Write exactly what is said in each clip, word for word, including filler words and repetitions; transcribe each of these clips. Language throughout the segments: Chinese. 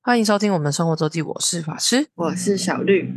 欢迎收听我们的生活周记，我是法师， 我是小绿。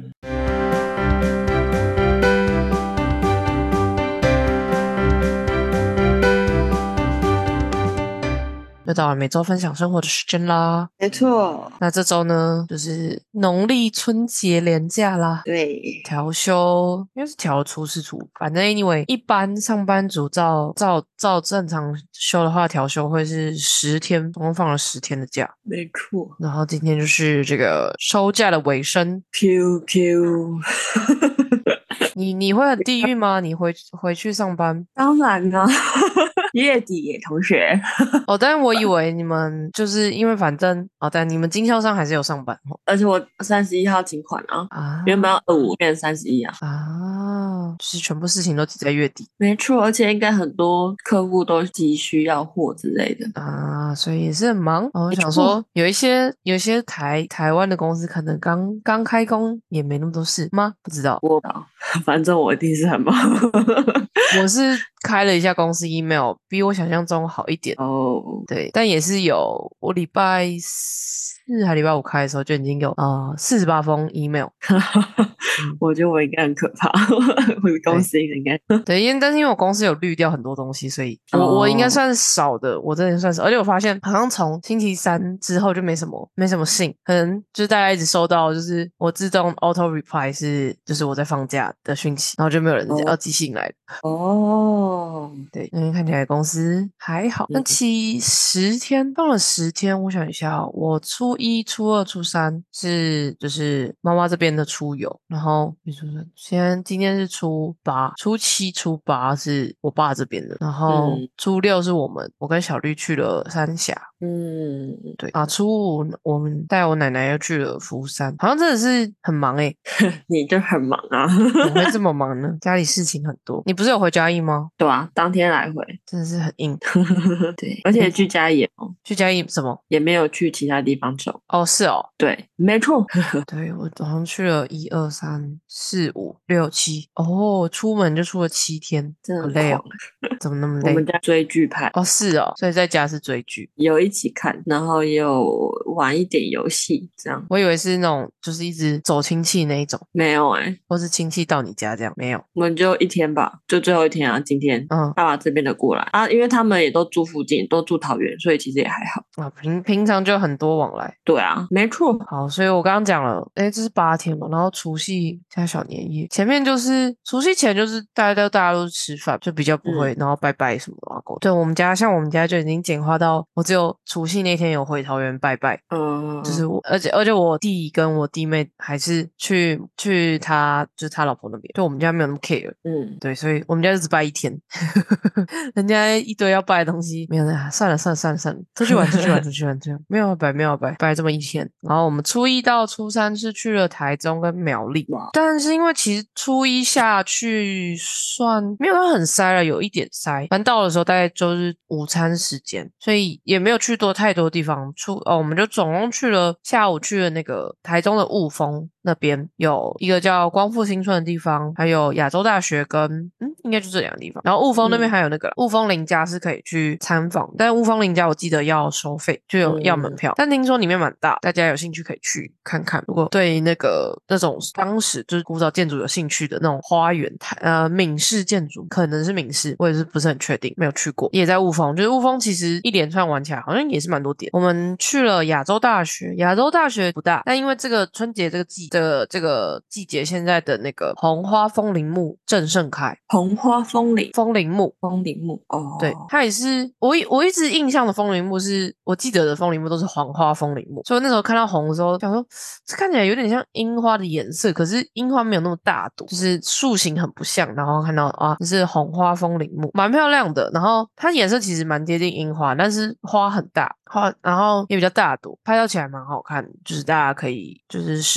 又到了每周分享生活的时间啦。 没错， 那这周呢，就是农历春节连假啦。 对， 调休应该是调初四初，反正 anyway， 一般上班族照照照正常休的话，调休会是十天，总共放了十天的假。 没错。 然后今天就是这个收假的尾声。 Q Q 你你会很地狱吗？你回回去上班？ 当然啦，月底耶，同学。 哦，但我以为你们就是因为反正哦，但你们经销商还是有上班哦。 而且我三十一号请款啊， 啊原本要二五变三十一啊。 啊，就是全部事情都挤在月底没错，而且应该很多客户都急需要货之类的。 啊，所以也是很忙。哦、我没错想说，有一些有一些台台湾的公司可能刚刚开工，也没那么多事吗？不知道。 我反正我一定是很忙。 我是开了一下公司 email， 比我想象中好一点。 哦， 对，但也是有我礼拜四还礼拜五开的时候就已经有啊四十八封 email。嗯我觉得我应该很可怕，我的公司应该对，因为但是因为我公司有滤掉很多东西，所以我、 哦我应该算是少的，我真的算是，而且我发现好像从星期三之后就没什么没什么信，可能就是大家一直收到就是我自动 auto reply 是就是我在放假的讯息，然后就没有人要寄信来了。 哦， 对，因为看起来公司还好。那嗯其十天放了十天，我想一下哦，我初一、初二、初三是就是妈妈这边的出游，然后你说说，先今天是初八，初七、初八是我爸这边的，然后嗯初六是我们我跟小绿去了三峡。 嗯， 对啊，初五我们带我奶奶又去了福山，好像真的是很忙诶、 你就很忙啊。 怎么会这么忙呢？家里事情很多。你不是有回嘉义吗？ 对啊，当天来回。 真的是很硬。 对，而且居家也哦去嘉义什么？ 也没有去其他地方走。 哦，是哦， 对，没错。 对，我好像去了一二三四五六七，哦，出门就出了七天， 真的很好累哦， 狂。 怎么那么累？ 我们家追剧派， 哦，是哦，所以在家是追剧。 有一起看，然后也有玩一点游戏，这样。 我以为是那种就是一直走亲戚那一种， 没有哎、 或是亲戚到你家这样，没有。 我们就一天吧，就最后一天啊。今天嗯爸爸这边的过来啊，因为他们也都住附近，都住桃园，所以其实也还好。 啊，平平常就很多往来。 对啊，没错。 好，所以我刚刚讲了，诶，这是八天嘛，然后除夕加小年夜，前面就是除夕前就是大家都大家都是吃饭，就比较不会， 嗯然后拜拜什么的啊。对，我们家像我们家就已经简化到，我只有除夕那天有回桃园拜拜， 嗯， 就是我，而且而且我弟跟我弟妹还是去去他就是他老婆那边，就我们家没有那么 care。 嗯， 对，所以我们家就只拜一天，人家一堆要拜的东西，没有啊，算了算了算了算了，出去玩出去玩出去玩，这样没有要拜没有要拜，拜这么一天。然后我们初一到初三是去了台中跟苗栗， 哇但是因为其实初一下去算没有到很塞了，有一点塞，反正到的时候大概就是午餐时间，所以也没有去多太多地方。出哦，我们就总共去了下午去了那个台中的雾峰那边，有一个叫光复新村的地方，还有亚洲大学跟嗯，应该就这两个地方。然后雾峰那边还有那个雾峰林家是可以去参访，但雾峰林家我记得要收费，就有要门票，但听说里面蛮大，大家有兴趣可以去看看。如果对那个那种当时就是古早建筑有兴趣的那种花园台呃闽式建筑，可能是闽式，我也是不是很确定，没有去过。也在雾峰，就是雾峰其实一连串玩起来好像也是蛮多点。我们去了亚洲大学，亚洲大学不大，但因为这个春节这个季的这个季节，现在的那个红花风铃木正盛开， 红花风铃， 风铃木。 风铃木哦， 对，它也是我一我一直印象的风铃木是，我记得的风铃木都是黄花风铃木，所以我那时候看到红的时候，想说这看起来有点像樱花的颜色，可是樱花没有那么大朵，就是树形很不像。然后看到啊，这是红花风铃木，蛮漂亮的。然后它颜色其实蛮接近樱花，但是花很大，花然后也比较大朵，拍照起来蛮好看的，就是大家可以就是适合去拍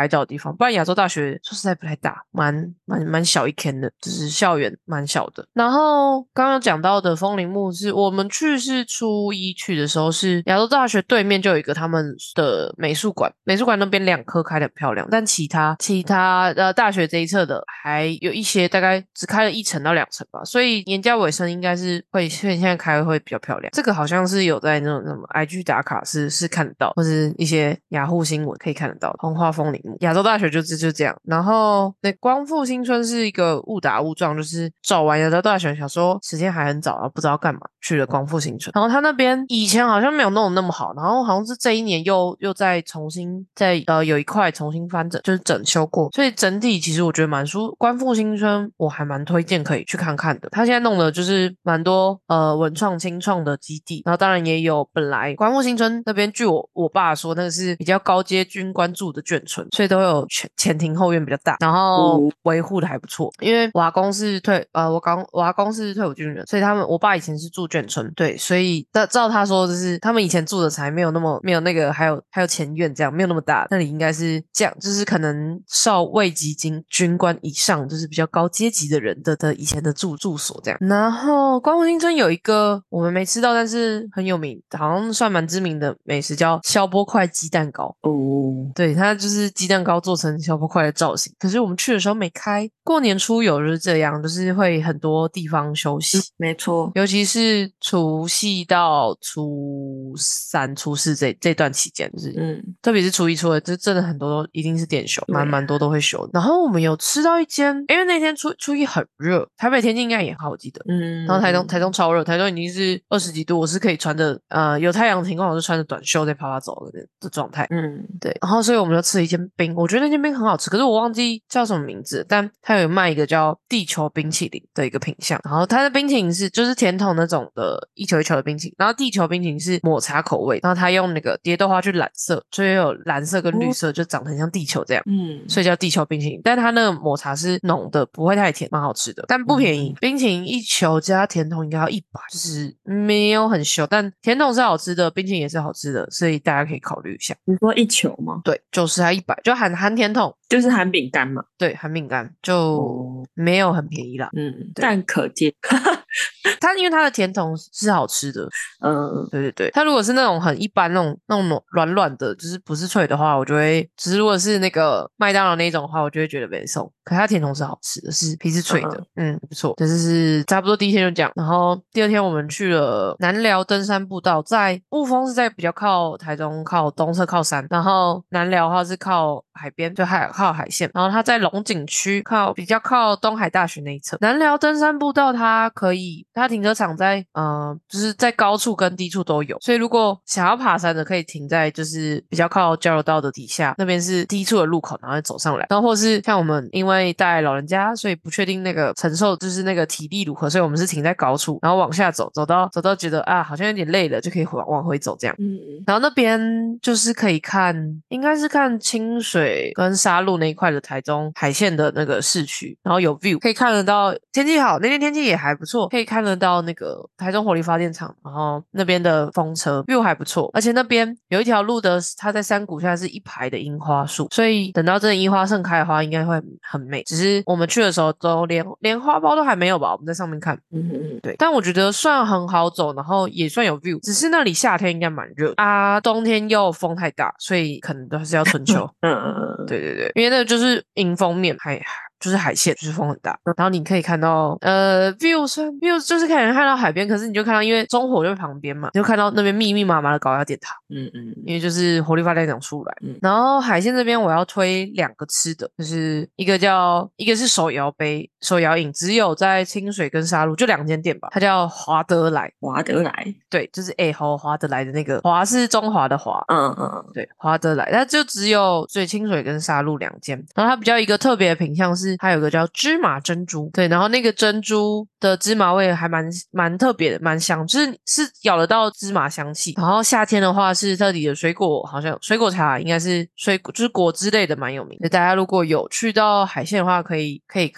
照的地方，不然亚洲大学说实在不太大，蛮蛮蛮小一间的，就是校园蛮小的。然后刚刚讲到的枫林木是我们去是初一去的时候，是亚洲大学对面就有一个他们的美术馆，美术馆那边两科开的很漂亮，但其他其他呃大学这一侧的还有一些大概只开了一层到两层吧，所以年假尾声应该是会现在开会比较漂亮。这个好像是有在那种什么 I G 打卡是是看得到，或是一些雅虎新闻可以看得到红花枫林木。亚洲大学就是就这样，然后那光复新村是一个误打误撞，就是找完亚洲大学，想说时间还很早，然后不知道干嘛去了光复新村，然后他那边以前好像没有弄得那么好，然后好像是这一年又又再重新再呃有一块重新翻整，就是整修过，所以整体其实我觉得蛮舒光复新村我还蛮推荐可以去看看的。他现在弄的就是蛮多呃文创青创的基地，然后当然也有本来光复新村那边据我我爸说那个是比较高阶军官住的眷村，所以都有前前庭后院比较大，然后维护的还不错。因为我阿公是退呃我刚我阿公是退伍军人，所以他们我爸以前是住眷村，对，所以照他说就是他们以前住的才没有那么没有那个还有还有前院这样没有那么大，那里应该是这样，就是可能少尉级军军官以上，就是比较高阶级的人的的以前的住住所这样。然后光复新村有一个我们没吃到，但是很有名，好像算蛮知名的美食，叫消波块鸡蛋糕。 哦， 对，它就是鸡蛋糕做成消波块的造型，可是我们去的时候没开。过年初有就是这样，就是会很多地方休息， 嗯、没错， 尤其是除夕到初三、初四这这段期间，就是嗯，特别是初一、初二，这真的很多都一定是店休，蛮蛮多都会休的。然后我们有吃到一间，因为那天初初一很热，台北天气应该也好，我记得，嗯，然后台中台中超热，台中已经是二十几度，我是可以穿着呃有太阳的情况，我是穿着短袖在趴趴走的的状态，嗯，对。然后所以我们就吃了一间冰，我觉得那间冰很好吃，可是我忘记叫什么名字，但它有卖一个叫地球冰淇淋的一个品项，然后它的冰淇淋是就是甜筒那种的一球一球的冰淇淋，然后地球冰淇淋是抹茶口味，然后它用那个蝶豆花去染色，所以有蓝色跟绿色，就长得很像地球这样，嗯，所以叫地球冰淇淋。但它那个抹茶是浓的，不会太甜，蛮好吃的，但不便宜。嗯、冰淇淋一球加甜筒应该要一百，就是没有很秀，但甜筒是好吃的，冰淇淋也是好吃的，所以大家可以考虑一下。 你说一球吗？ 对，九十还一百，就含含甜筒， 就是含饼干嘛？ 对，含饼干就没有很便宜啦。 嗯，但可见。 它因为它的甜筒是好吃的，嗯，对对对。它如果是那种很一般那种那种软软的，就是不是脆的话，我就会。只是如果是那个麦当劳那种的话，我就会觉得没送。可它甜筒是好吃的，是皮是脆的，嗯，嗯不错。这就是差不多第一天就这样，然后第二天我们去了南寮登山步道，在雾峰是在比较靠台中靠东侧靠山，然后南寮的话是靠海边，就海靠海线，然后它在龙井区靠比较靠东海大学那一侧。南寮登山步道它可以，它停车场在呃就是在高处跟低处都有，所以如果想要爬山的可以停在就是比较靠交流道的底下，那边是低处的路口，然后走上来。然后或是像我们因为带老人家，所以不确定那个承受就是那个体力如何，所以我们是停在高处，然后往下走，走到走到觉得啊好像有点累了，就可以往往回走这样。嗯，然后那边就是可以看，应该是看清水跟沙鹿那一块的台中海线的那个市区，然后有 view 可以看得到，天气好，那天天气也还不错，可以看得到那个台中火力发电厂，然后那边的风车 view 还不错，而且那边有一条路的，它在山谷下是一排的樱花树，所以等到真的樱花盛开的话，应该会很美。只是我们去的时候都连连花苞都还没有吧，我们在上面看，嗯嗯对。但我觉得算很好走，然后也算有 view， 只是那里夏天应该蛮热啊，冬天又风太大，所以可能都是要春秋。嗯嗯嗯，对对对，因为那个就是迎风面，还就是海线，就是风很大，然后你可以看到呃 view 算 view 就是可以看到海边，可是你就看到因为中火就在旁边嘛，你就看到那边密密麻麻的高压电塔，嗯嗯，因为就是火力发电厂出来，嗯，然后海线这边我要推两个吃的，就是一个叫一个是手摇杯手摇饮，只有在清水跟沙鹿就两间店吧，它叫华德来， 华德来， 对，就是哎吼华德来的那个华是中华的华，嗯嗯，对，华德来，它就只有最清水跟沙鹿两间，然后它比较一个特别的品项是。它有个叫芝麻珍珠，对，然后那个珍珠的芝麻味还蛮蛮特别的，蛮香，就是是咬得到芝麻香气。然后夏天的话是特底的水果，好像水果茶应该是水果，就是果汁类的蛮有名的。大家如果有去到海鲜的话，可以可以考虑。我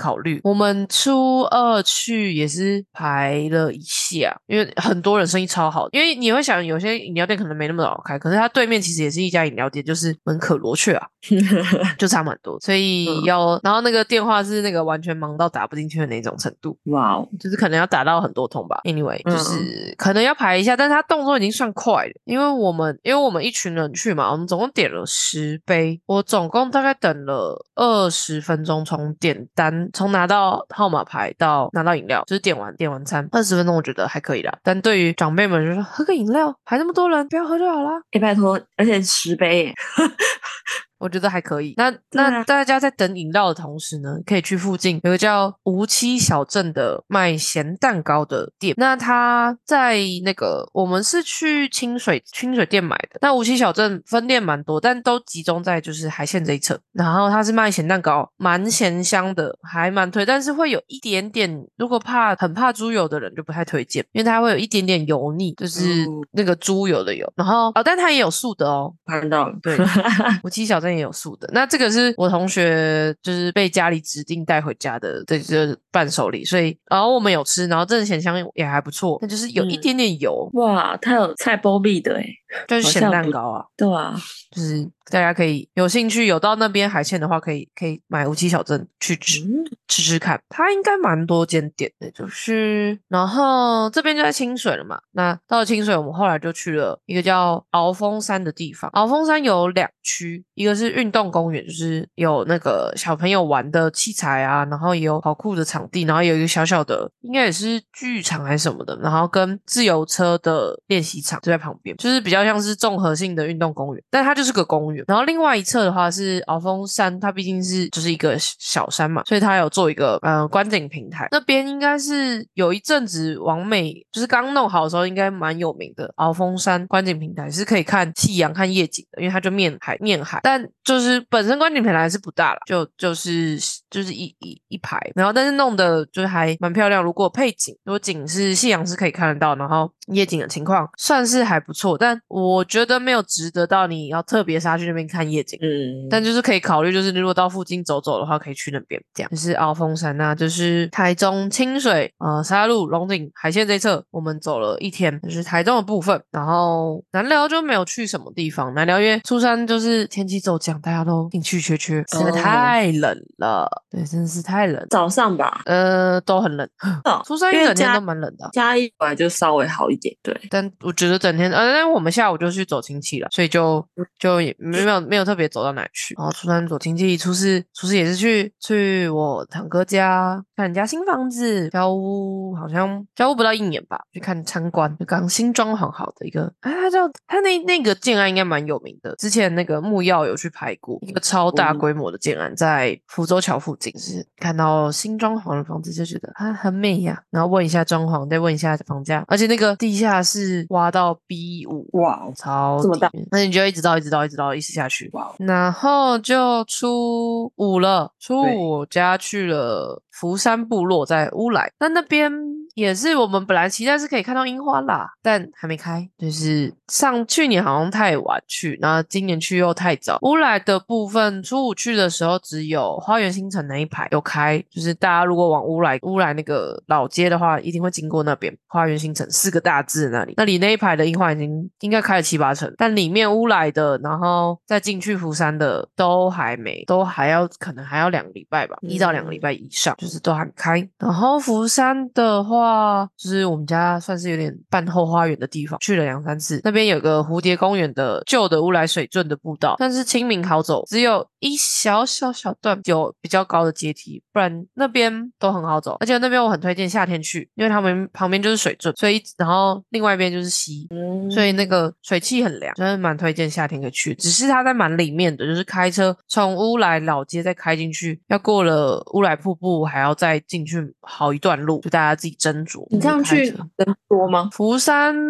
我们初二去也是排了一下，因为很多人生意超好，因为你会想有些饮料店可能没那么早开，可是它对面其实也是一家饮料店，就是门可罗雀啊，就差蛮多，所以要、嗯、然后那个电话是那个完全忙到打不进去的那种程度， 哇哦， 就是可能要打到很多通吧 anyway 就是可能要排一下，但是他动作已经算快了，因为我们因为我们一群人去嘛，我们总共点了十杯，我总共大概等了二十分钟，从点单从拿到号码牌到拿到饮料，就是点完点完餐二十分钟我觉得还可以啦，但对于长辈们就说喝个饮料排那么多人不要喝就好啦， 欸拜托，而且十杯耶我觉得还可以。那那大家在等饮料的同时呢，可以去附近有个叫无期小镇的卖咸蛋糕的店。那他在那个我们是去清水清水店买的。那无期小镇分店蛮多，但都集中在就是海线这一侧。然后他是卖咸蛋糕，蛮咸香的，还蛮推，但是会有一点点，如果怕很怕猪油的人就不太推荐，因为它会有一点点油腻，就是那个猪油的油。然后哦，但它也有素的哦， 看到了， 对，无期小镇也有素的。那这个是我同学就是被家里指定带回家的这个伴手礼，所以然后我们有吃，然后真的咸香也还不错，那就是有一点点油、 嗯、哇，它有菜包币的诶， 就是咸蛋糕啊， 对啊， 就是大家可以有兴趣有到那边海鲜的话，可以可以买无期小镇去吃、嗯、吃吃看，它应该蛮多间店的，就是然后这边就在清水了嘛，那到了清水我们后来就去了一个叫鳌峰山的地方。鳌峰山有两区，一个是运动公园，就是有那个小朋友玩的器材啊，然后也有跑酷的场地，然后有一个小小的应该也是剧场还是什么的，然后跟自由车的练习场就在旁边，就是比较像是综合性的运动公园，但它就是个公园。然后另外一侧的话是鳌峰山，它毕竟是就是一个小山嘛，所以它有做一个呃观景平台，那边应该是有一阵子网美就是刚弄好的时候应该蛮有名的，鳌峰山观景平台是可以看夕阳看夜景的，因为它就面海面海，但就是本身观景平台是不大啦，就就是就是一一一排，然后但是弄的就是还蛮漂亮，如果配景，如果景是夕阳是可以看得到，然后夜景的情况算是还不错，但我觉得没有值得到你要特别杀去那边看夜景，嗯，但就是可以考虑，就是如果到附近走走的话，可以去那边。这样就是鳌峰山啊，就是台中清水呃沙鹿龙井海线这一侧，我们走了一天，就是台中的部分。然后南寮就没有去什么地方，南寮因为出山就是天气骤降，大家都兴趣缺缺，实在太冷了，哦、对，真的是太冷。 早上吧， 呃，都很冷，哦、出山一整天都蛮冷的。 嘉义本来就稍微好一点，对， 但我觉得整天，呃，但我们下午就去走亲戚了，所以就就也没有没有特别走到哪里去。然后出山走亲戚，出事出事也是去去我堂哥家看人家新房子，交屋好像交屋不到一年吧，去看参观，就刚新装潢好的一个，啊，他叫他那那个建案应该蛮有名的，之前那个木曜有去拍过一个超大规模的建案，在福州桥附近，就是看到新装潢的房子就觉得啊很美呀、啊，然后问一下装潢，再问一下房价，而且那个地下室挖到 B 五，哇，超这么大， 那你就一直到一直到一直到一直下去，哇，然后就初五了，初五我家去了福山部落，在乌来，那那边也是我们本来期待是可以看到樱花啦，但还没开，就是上去年好像太晚去，然后今年去又太早。乌来的部分初五去的时候只有花园新城那一排有开，就是大家如果往乌来乌来那个老街的话，一定会经过那边花园新城四个大字那里，那里那一排的樱花已经应该开了七八成，但里面乌来的然后再进去福山的都还没，都还要可能还要两个礼拜吧，一到两个礼拜以上，就是都还没开。然后福山的话就是我们家算是有点半后花园的地方，去了两三次，那边有个蝴蝶公园的旧的乌来水圳的步道，但是亲民好走，只有一小小小段有比较高的阶梯，不然那边都很好走，而且那边我很推荐夏天去，因为他们旁边就是水圳，所以然后另外一边就是溪、嗯、所以那个水汽很凉，真的蛮推荐夏天可以去，只是它在蛮里面的，就是开车从乌来老街再开进去，要过了乌来瀑布还要再进去好一段路，就大家自己斟酌。 你这样去人多吗？ 福山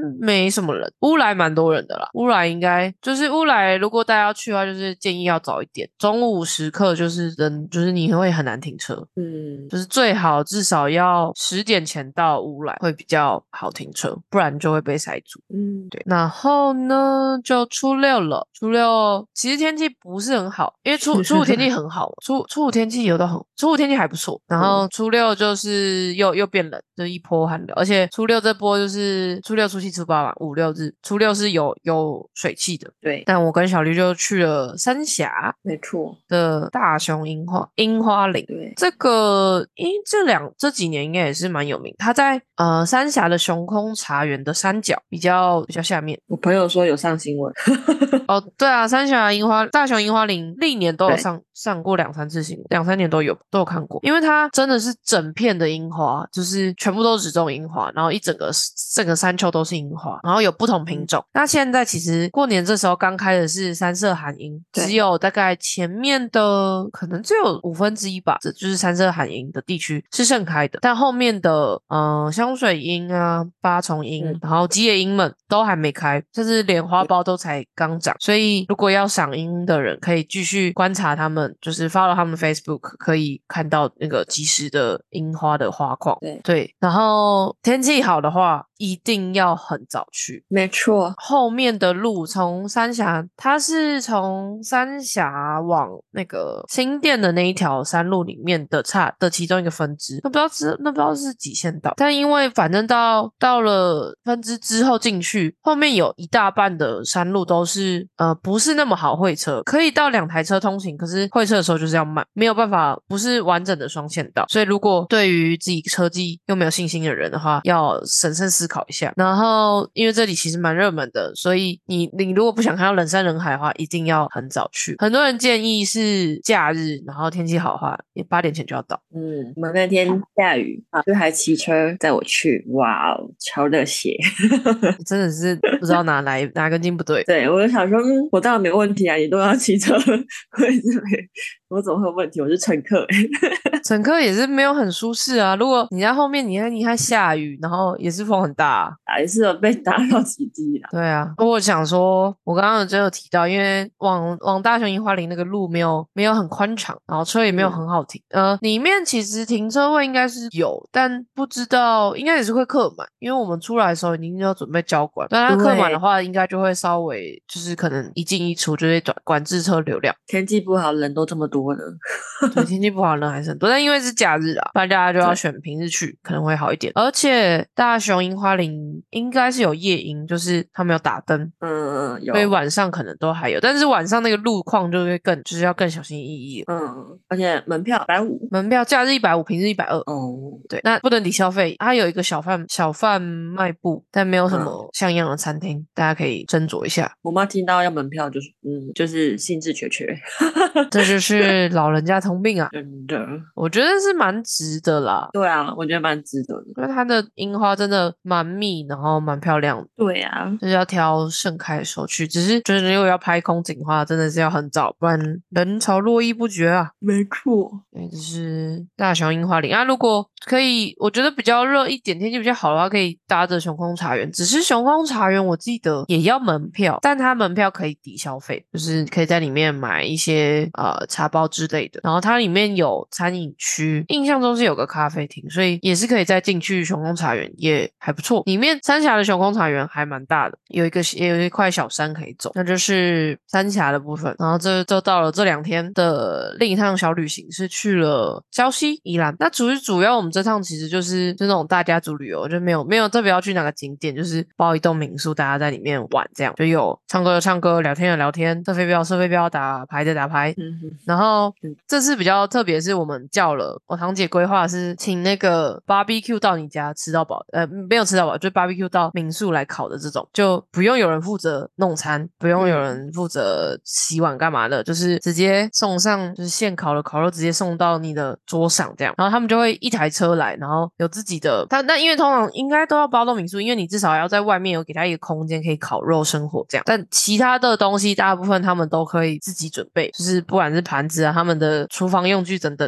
没什么人，乌来蛮多人的啦。乌来应该就是乌来，如果大家要去的话，就是建议要早一点。中午时刻就是人，就是你会很难停车， 嗯， 就是最好至少要十点前到乌来会比较好停车，不然就会被塞住。 嗯， 对，然后呢就初六了，初六其实天气不是很好，因为初初五天气很好，初初五天气有的很，初五天气还不错，然后初六就是又又变冷，就一波寒流，而且初六这波就是初六、初七、初八嘛，五六日，初六是有有水汽的。 对， 但我跟小绿就去了三峡， 没错的大熊樱花樱花林， 对， 这个因这两这几年应该也是蛮有名，它在呃三峡的熊空茶园的山脚比较比较下面。 我朋友说有上新闻哦，对啊，三峡樱花大熊樱花林历年都有对上上过两三次新闻，两三年都有都有看过，因为它真的是整片的樱花，就是全部都是只种樱花，然后一整个整个山丘都是樱花，然后有不同品种。那现在其实过年这时候刚开的是三色寒樱， 对只有大概前面的可能只有五分之一吧，这就是三色寒樱的地区是盛开的，但后面的呃香水樱啊、八重樱， 嗯然后吉野樱们都还没开，甚至连花苞都才刚长，所以如果要赏樱的人可以继续观察他们，就是 follow 他们 Facebook， 可以看到那个即时的樱花的花况。 对对，然后天气好的话一定要很早去。 没错， 后面的路从三峡，它是从三峡往那个新店的那一条山路里面的差的其中一个分支，那不知道是那不知道是几线道，但因为反正到到了分支之后进去，后面有一大半的山路都是呃不是那么好会车，可以到两台车通行，可是会车的时候就是要慢，没有办法，不是完整的双线道，所以如果对于自己车技又没有信心的人的话，要审慎思考一下。然后因为这里其实蛮热门的，所以你你如果不想看到人山人海的话，一定要很早去。很多人建议是假日，然后天气好的话，也八点前就要到。 嗯，我们那天下雨啊，就还骑车载我去，哇哦，超热血。 真的是不知道哪来哪根筋不对。 对，我就想说，嗯，我当然没问题啊，你都要骑车，我也是没，我怎么会有问题？我是乘客。 乘客也是没有很舒适啊。如果你在后面，你看你看下雨，然后也是风很大、啊， 还是有被打扰几滴啦。 对啊，我想说，我刚刚就有提到，因为往往大雄樱花林那个路没有没有很宽敞，然后车也没有很好停。嗯、呃，里面其实停车位应该是有，但不知道应该也是会客满，因为我们出来的时候已经要准备交管，但它客满的话，应该就会稍微就是可能一进一出就会管管制车流量。 天气不好，人都这么多呢。 对，天气不好人还是很多，但因为是假日啊，不然大家就要选平日去，可能会好一点。而且大雄樱花林应该是有夜樱，就是他们有打灯， 嗯，有， 所以晚上可能都还有，但是晚上那个路况就会更，就是要更小心翼翼。 嗯，而且门票一百五， 门票假日一百五，平日一百二。 哦， 对，那不能抵消费。它有一个小贩小贩卖部，但没有什么像样的餐厅，大家可以斟酌一下。 我妈听到要门票就是，嗯，就是兴致缺缺。 这就是老人家通病啊， 真的， 我觉得是蛮值的啦。 对啊，我觉得蛮值得的。 因为它的樱花真的蛮密，然后蛮漂亮的。 对啊， 就是要挑盛开的时候去，只是就是如果要拍空景的话，真的是要很早，不然人潮络绎不绝啊。 没错。 对，这是大熊樱花林啊。如果可以，我觉得比较热一点，天气比较好的话，可以搭着熊空茶园。只是熊空茶园我记得也要门票，但它门票可以抵消费，就是可以在里面买一些呃茶包之类的。然后它里面有餐饮区，印象中是有个咖啡厅，所以也是可以再进去熊空茶园，也还不错。里面三峡的熊空茶园还蛮大的，有一个也有一块小山可以走，那就是三峡的部分。然后这就到了这两天的另一趟小旅行，是去了礁溪、宜兰。那主主要我们这趟其实就是就那种大家族旅游，就没有没有特别要去哪个景点，就是包一栋民宿，大家在里面玩这样，就有唱歌的唱歌，聊天的聊天，射飞镖射飞镖，打牌的打牌。 嗯哼， 然后这次比较特别，是我们叫了我堂姐规划是请那个 barbecue 到你家吃到饱，呃，没有吃到饱，就 barbecue 到民宿来烤的这种，就不用有人负责弄餐，不用有人负责洗碗干嘛的，就是直接送上，就是现烤的烤肉直接送到你的桌上这样。然后他们就会一台车来，然后有自己的，他那因为通常应该都要包到民宿，因为你至少要在外面有给他一个空间可以烤肉生火这样。但其他的东西大部分他们都可以自己准备，就是不管是盘子啊，他们的厨房用具等等，大部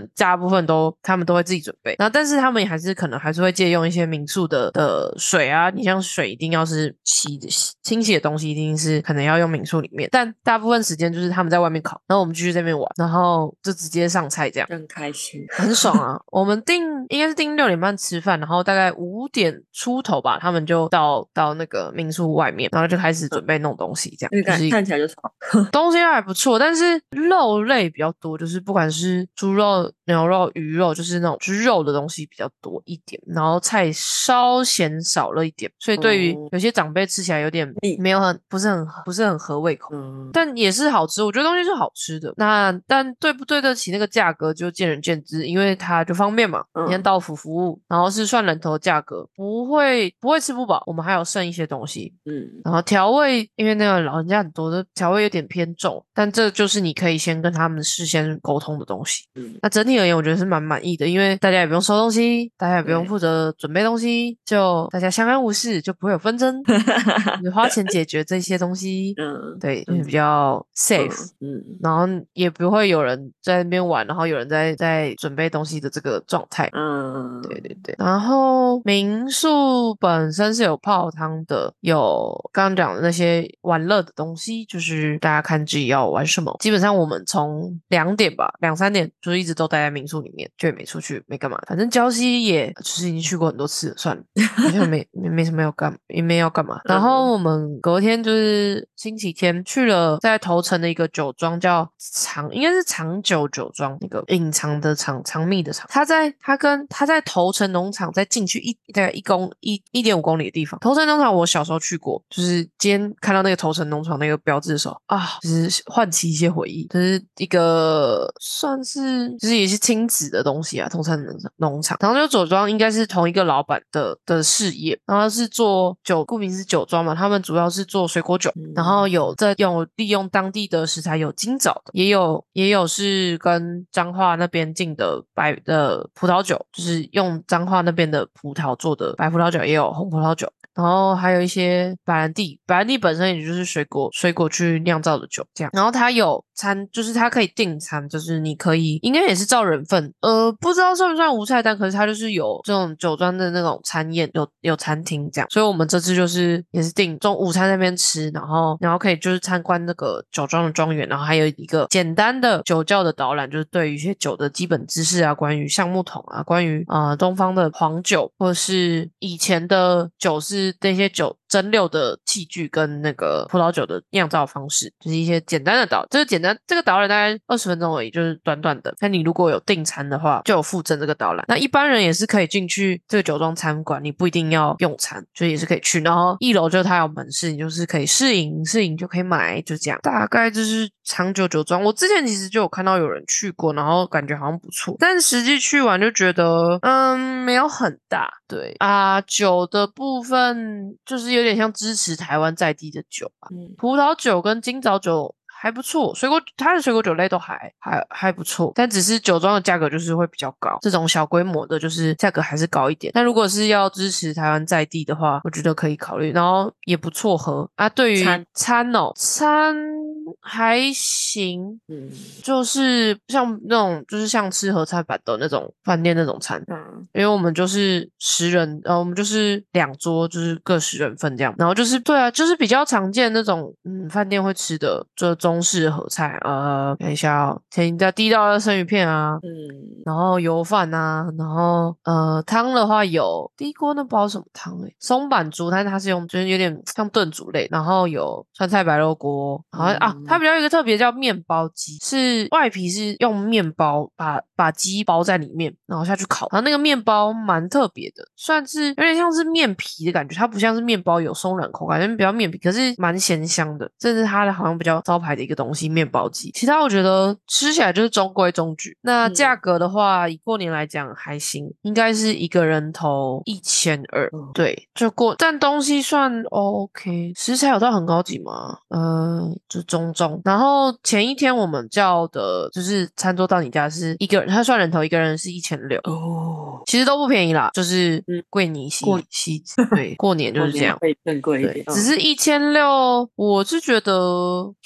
部分都他们都会自己准备。然后但是他们也还是可能还是会借用一些民宿的的水啊，你像水一定要是洗清洗的东西，一定是可能要用民宿里面，但大部分时间就是他们在外面烤，然后我们继续在那边玩，然后就直接上菜这样， 很开心， 很爽啊。我们定应该是定六点半吃饭，然后大概五点出头吧，他们就到到那个民宿外面，然后就开始准备弄东西这样， 嗯、 就是看起来就爽。 东西还不错，但是肉类比较多，就是不管是猪肉、牛肉、鱼肉，就是那种就是肉的东西比较多一点，然后菜稍嫌少了一点，所以对于有些长辈吃起来有点没有很不是很不是很合胃口， 嗯， 但也是好吃，我觉得东西是好吃的。那但对不对得起那个价格就见仁见智，因为它就方便嘛，你看到府服务，然后是算人头的价格，不会不会吃不饱，我们还有剩一些东西，嗯，然后调味，因为那个老人家很多的调味有点偏重，但这就是你可以先跟他们事先沟通的东西。嗯，那整体而言，我觉得是蛮满意的，因为大家也不用收东西，大家也不用负责准备东西，就大家相安无事，就不会有纷争，你花钱解决这些东西，嗯，对，就是比较 safe，嗯，然后也不会有人在那边玩，然后有人在在准备东西的这个状态，嗯，对对对。然后民宿本身是有泡汤的，有刚刚讲的那些玩乐的东西，就是大家看自己要玩什么。基本上我们从两点吧，两三点就一直都待在民宿里面，就也没出去，没干嘛。反正礁溪也就是已经去过很多次了，算了，好像没没没什么要干，也没要干嘛。然后我们隔天就是星期天去了在头城的一个酒庄，叫长，应该是长久酒庄，那个隐藏的藏，藏秘的藏。它在它跟它在头城农场再进去一大概一公一一点五公里的地方。头城农场我小时候去过，就是今天看到那个头城农场那个标志的时候啊，就是唤起一些回忆，就是一个算是就是也是亲子的东西啊，头城农场。长久酒庄应该是同一个老板的的事业，然后是做酒，顾名是酒庄嘛，他们主要是做水果酒，嗯、然后有在用利用当地的食材，有金枣的，也有也有是跟彰化那边进的白的葡萄酒，就是用彰化那边的葡萄做的白葡萄酒，也有红葡萄酒。然后还有一些白兰地，白兰地本身也就是水果水果去酿造的酒，这样。然后它有餐，就是它可以订餐，就是你可以应该也是照人份，呃，不知道算不算无菜单，可是它就是有这种酒庄的那种餐宴，有有餐厅这样。所以我们这次就是也是订中午餐那边吃，然后然后可以就是参观那个酒庄的庄园，然后还有一个简单的酒窖的导览，就是对于一些酒的基本知识啊，关于橡木桶啊，关于呃东方的黄酒，或者是以前的酒是那些酒蒸馏的器具跟那个葡萄酒的酿造方式，就是一些简单的导，这个简单这个导览大概二十分钟而已，就是短短的。那你如果有订餐的话，就有附赠这个导览。那一般人也是可以进去这个酒庄参观，你不一定要用餐，就也是可以去。然后一楼就它有门市，你就是可以试饮，试饮就可以买，就这样。大概就是长久酒庄，我之前其实就有看到有人去过，然后感觉好像不错，但实际去完就觉得，嗯，没有很大。对啊，酒的部分就是有点像支持台湾在地的酒吧，嗯、葡萄酒跟金枣酒还不错，水果它的水果酒类都还还还不错，但只是酒庄的价格就是会比较高，这种小规模的就是价格还是高一点。但如果是要支持台湾在地的话，我觉得可以考虑，然后也不错喝啊。对于餐餐哦，餐还行，嗯，就是像那种就是像吃合菜版的那种饭店那种餐，嗯，因为我们就是十人，呃，我们就是两桌，就是各十人份这样，然后就是对啊，就是比较常见那种嗯饭店会吃的，就中式合菜，呃，看一下哦，前的第一道的生鱼片啊，嗯，然后油饭啊，然后呃汤的话有第一锅那不知道什么汤诶，松板猪，但是它是用就是有点像炖煮类，然后有川菜白肉锅，好像、嗯、啊，它比较有一个特别叫面包鸡，是外皮是用面包把把鸡包在里面，然后下去烤，然后那个面包蛮特别的，算是有点像是面皮的感觉，它不像是面包有松软口感，因为比较面皮，可是蛮咸香的，这是它的好像比较招牌的一个东西，面包鸡。其他我觉得吃起来就是中规中矩。那价格的话，嗯、以过年来讲还行，应该是一个人头一千二，对，就过，但东西算 OK， 食材有到很高级吗？呃，就中中。然后前一天我们叫的就是餐桌到你家是一个人，他算人头一个人是一千六哦，其实都不便宜啦，就是贵尼西西对，过年就是这样， 会更贵一点， 只是一千六，我是觉得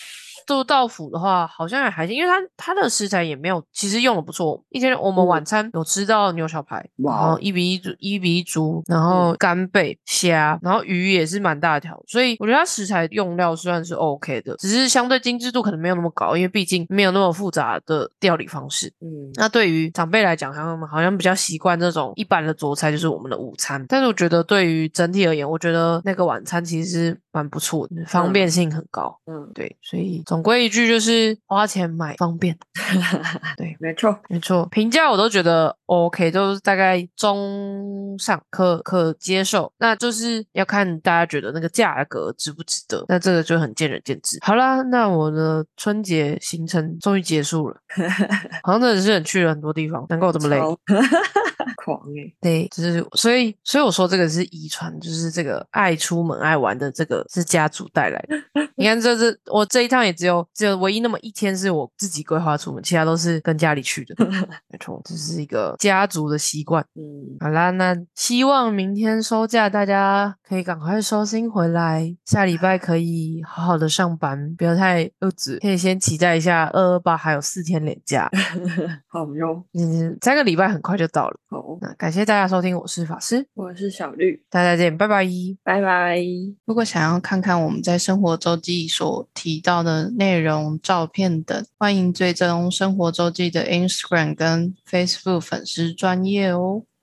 豆豆腐的话好像也还行，因为它它的食材也没有，其实用的不错。一天我们晚餐有吃到牛小排， 哇然后一比一猪一比一猪，然后干贝、虾，然后鱼也是蛮大条，所以我觉得它食材用料算是 OK 的，只是相对精致度可能没有那么高，因为毕竟没有那么复杂的料理方式。 嗯， 那对于长辈来讲，他们好像比较习惯这种一般的佐菜，就是我们的午餐。但是我觉得对于整体而言，我觉得那个晚餐其实是蛮不错的，方便性很高。 嗯， 对，所以总归一句就是花钱买方便。对， 没错， 没错，评价我都觉得 OK，就是大概中上可可接受，那就是要看大家觉得那个价格值不值得，那这个就很见仁见智。好啦，那我的春节行程终于结束了，好像真的是很去了很多地方，难怪我这么累。 超狂哎、 对，就是所以所以我说这个是遗传，就是这个爱出门爱玩的这个是家族带来的。你看这这我这一趟也只有只有唯一那么一天是我自己规划出门，其他都是跟家里去的。没错，这是一个家族的习惯。 嗯， 好啦，那希望明天收假大家可以赶快收心回来，下礼拜可以好好的上班，不要太饿子，可以先期待一下二二八还有四天连假。 好哟， 嗯，三个礼拜很快就到了。 好， 那感谢大家收听，我是法师， 我是小绿， 大家再见，拜拜。 拜拜。 如果想要看看我们在生活周记所提到的内容、照片等，欢迎追踪生活周记的 Instagram 跟 Facebook 粉丝专页哦。